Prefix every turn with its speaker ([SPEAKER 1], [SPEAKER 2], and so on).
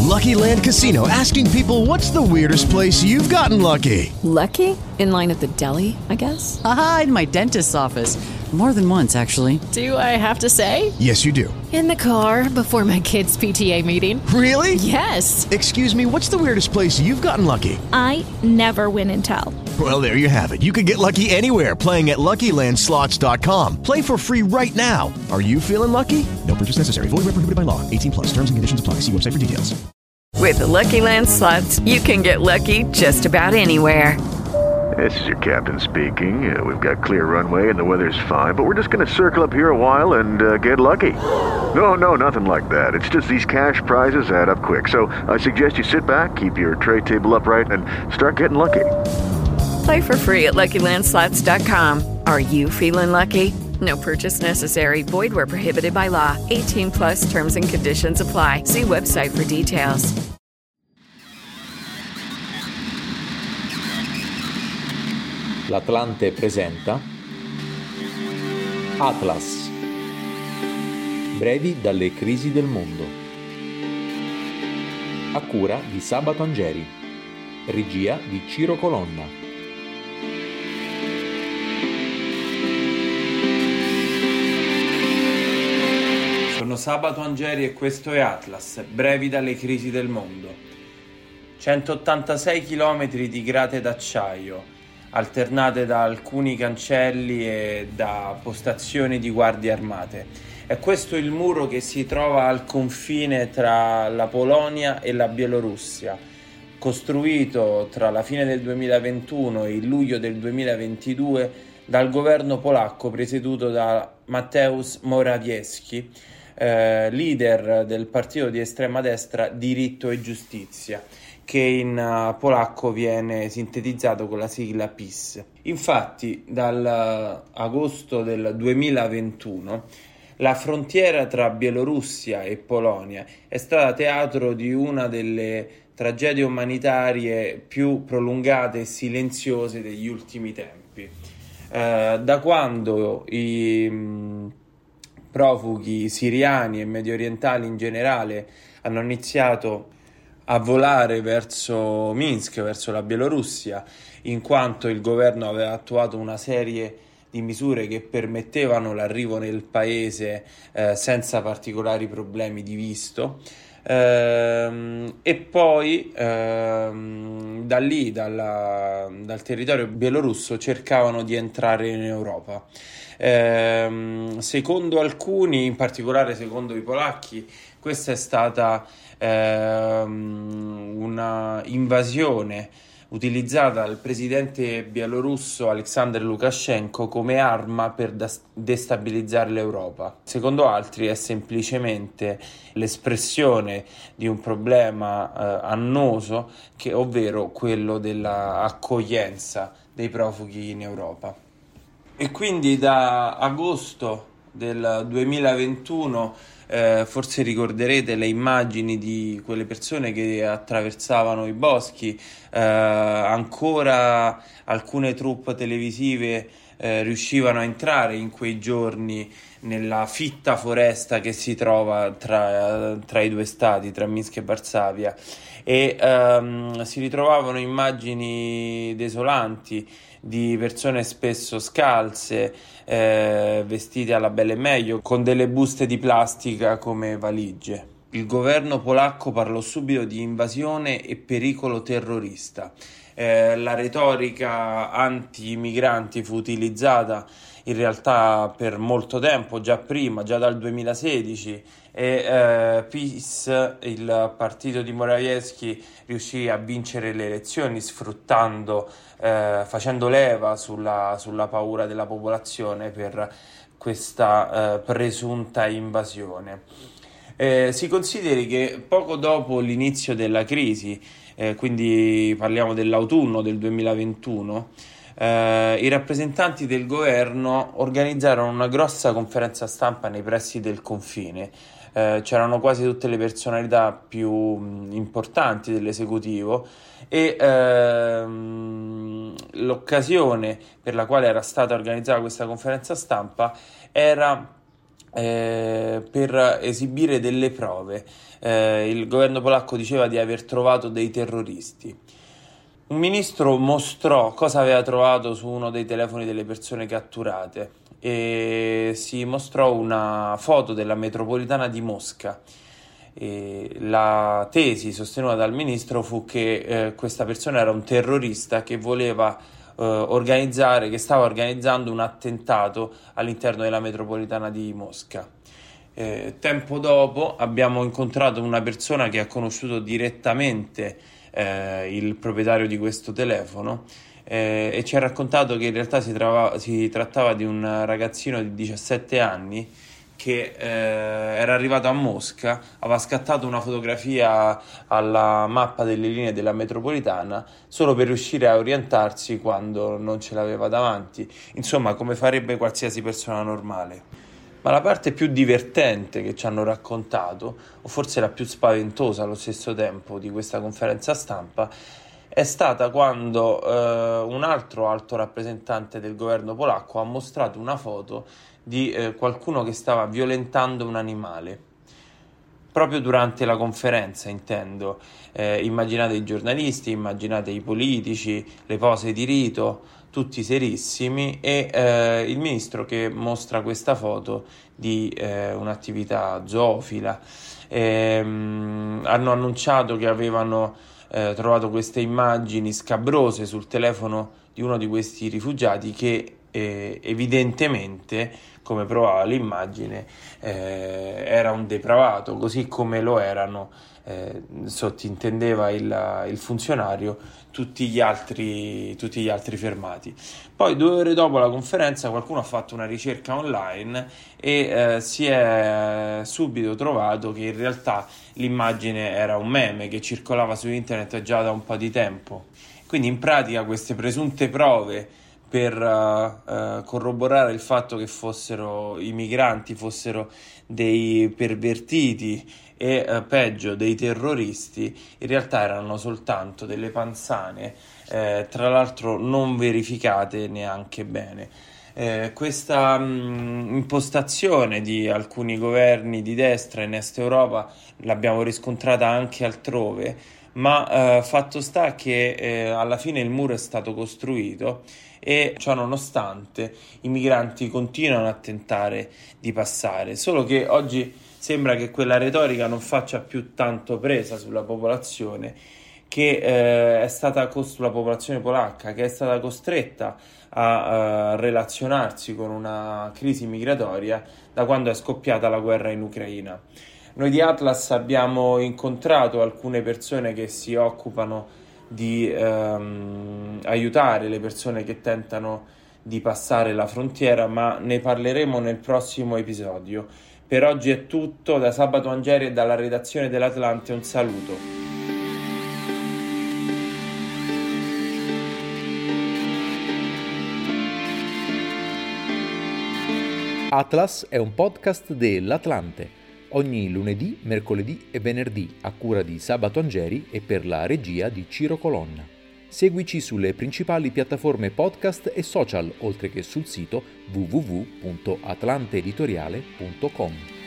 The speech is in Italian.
[SPEAKER 1] Lucky Land Casino, asking people, what's the weirdest place you've gotten lucky?
[SPEAKER 2] Lucky? In line at the deli, I guess?
[SPEAKER 3] Aha, in my dentist's office. More than once, actually.
[SPEAKER 2] Do I have to say?
[SPEAKER 1] Yes, you do.
[SPEAKER 2] In the car before my kids' PTA meeting.
[SPEAKER 1] Really?
[SPEAKER 2] Yes.
[SPEAKER 1] Excuse me, what's the weirdest place you've gotten lucky?
[SPEAKER 4] I never win and tell.
[SPEAKER 1] Well, there you have it. You can get lucky anywhere, playing at LuckyLandSlots.com. Play for free right now. Are you feeling lucky? No purchase necessary. Void where prohibited by law. 18 plus. Terms and conditions apply. See website for details.
[SPEAKER 5] With the Lucky Land Slots, you can get lucky just about anywhere.
[SPEAKER 6] This is your captain speaking. We've got clear runway and the weather's fine, but we're just going to circle up here a while and get lucky. No, nothing like that. It's just these cash prizes add up quick. So I suggest you sit back, keep your tray table upright, and start getting lucky.
[SPEAKER 5] Play for free at LuckyLandSlots.com. Are you feeling lucky? No purchase necessary. Void where prohibited by law. 18 plus terms and conditions apply. See website for details.
[SPEAKER 7] L'Atlante presenta Atlas. Brevi dalle crisi del mondo. A cura di Sabato Angeri. Regia di Ciro Colonna.
[SPEAKER 8] Sono Sabato Angeri e questo è Atlas, brevi dalle crisi del mondo. 186 km di grate d'acciaio, alternate da alcuni cancelli e da postazioni di guardie armate. È questo il muro che si trova al confine tra la Polonia e la Bielorussia, costruito tra la fine del 2021 e il luglio del 2022 dal governo polacco presieduto da Mateusz Morawiecki, leader del partito di estrema destra Diritto e Giustizia, che in polacco viene sintetizzato con la sigla PiS. Infatti, dall'agosto del 2021 la frontiera tra Bielorussia e Polonia è stata teatro di una delle tragedie umanitarie più prolungate e silenziose degli ultimi tempi. Da quando i profughi siriani e mediorientali in generale hanno iniziato a volare verso Minsk, verso la Bielorussia, in quanto il governo aveva attuato una serie di misure che permettevano l'arrivo nel paese senza particolari problemi di visto. E poi da lì, dal territorio bielorusso, cercavano di entrare in Europa. Secondo alcuni, in particolare secondo i polacchi, questa è stata una invasione utilizzata dal presidente bielorusso Alexander Lukashenko come arma per destabilizzare l'Europa. Secondo altri è semplicemente l'espressione di un problema annoso, ovvero quello dell'accoglienza dei profughi in Europa. E quindi da agosto del 2021 forse ricorderete le immagini di quelle persone che attraversavano i boschi. Ancora alcune troupe televisive riuscivano a entrare in quei giorni nella fitta foresta che si trova tra i due stati, tra Minsk e Varsavia, e si ritrovavano immagini desolanti di persone spesso scalze, vestite alla belle e meglio, con delle buste di plastica come valigie. Il governo polacco parlò subito di invasione e pericolo terrorista. La retorica anti-migranti fu utilizzata in realtà per molto tempo, già dal 2016, e PiS, il partito di Morawiecki, riuscì a vincere le elezioni facendo leva sulla paura della popolazione per questa presunta invasione. Si consideri che poco dopo l'inizio della crisi, quindi parliamo dell'autunno del 2021, i rappresentanti del governo organizzarono una grossa conferenza stampa nei pressi del confine. C'erano quasi tutte le personalità più importanti dell'esecutivo e l'occasione per la quale era stata organizzata questa conferenza stampa era per esibire delle prove. Il governo polacco diceva di aver trovato dei terroristi. Un ministro mostrò cosa aveva trovato su uno dei telefoni delle persone catturate e si mostrò una foto della metropolitana di Mosca. La tesi sostenuta dal ministro fu che questa persona era un terrorista che voleva che stava organizzando un attentato all'interno della metropolitana di Mosca. Tempo dopo abbiamo incontrato una persona che ha conosciuto direttamente il proprietario di questo telefono e ci ha raccontato che in realtà si trattava di un ragazzino di 17 anni che era arrivato a Mosca, aveva scattato una fotografia alla mappa delle linee della metropolitana solo per riuscire a orientarsi quando non ce l'aveva davanti, insomma come farebbe qualsiasi persona normale. Ma la parte più divertente che ci hanno raccontato, o forse la più spaventosa allo stesso tempo di questa conferenza stampa, è stata quando un altro alto rappresentante del governo polacco ha mostrato una foto di qualcuno che stava violentando un animale. Proprio durante la conferenza, intendo. Immaginate i giornalisti, immaginate i politici, le pose di rito, tutti serissimi, e il ministro che mostra questa foto di un'attività zoofila. Hanno annunciato che avevano trovato queste immagini scabrose sul telefono di uno di questi rifugiati che evidentemente, come provava l'immagine, era un depravato, così come lo erano, sottintendeva il funzionario, tutti gli altri fermati. Poi 2 ore dopo la conferenza qualcuno ha fatto una ricerca online e si è subito trovato che in realtà l'immagine era un meme che circolava su internet già da un po' di tempo. Quindi in pratica queste presunte prove per corroborare il fatto che i migranti fossero dei pervertiti e peggio dei terroristi, in realtà erano soltanto delle panzane, tra l'altro non verificate neanche bene. Questa impostazione di alcuni governi di destra in Est Europa l'abbiamo riscontrata anche altrove, ma fatto sta che alla fine il muro è stato costruito e ciò nonostante i migranti continuano a tentare di passare, solo che oggi sembra che quella retorica non faccia più tanto presa sulla popolazione sulla popolazione polacca, che è stata costretta a relazionarsi con una crisi migratoria da quando è scoppiata la guerra in Ucraina. Noi di Atlas abbiamo incontrato alcune persone che si occupano di aiutare le persone che tentano di passare la frontiera, ma ne parleremo nel prossimo episodio. Per oggi è tutto, da Sabato Angeri e dalla redazione dell'Atlante un saluto.
[SPEAKER 7] Atlas è un podcast dell'Atlante. Ogni lunedì, mercoledì e venerdì a cura di Sabato Angeri e per la regia di Ciro Colonna. Seguici sulle principali piattaforme podcast e social, oltre che sul sito www.atlanteeditoriale.com.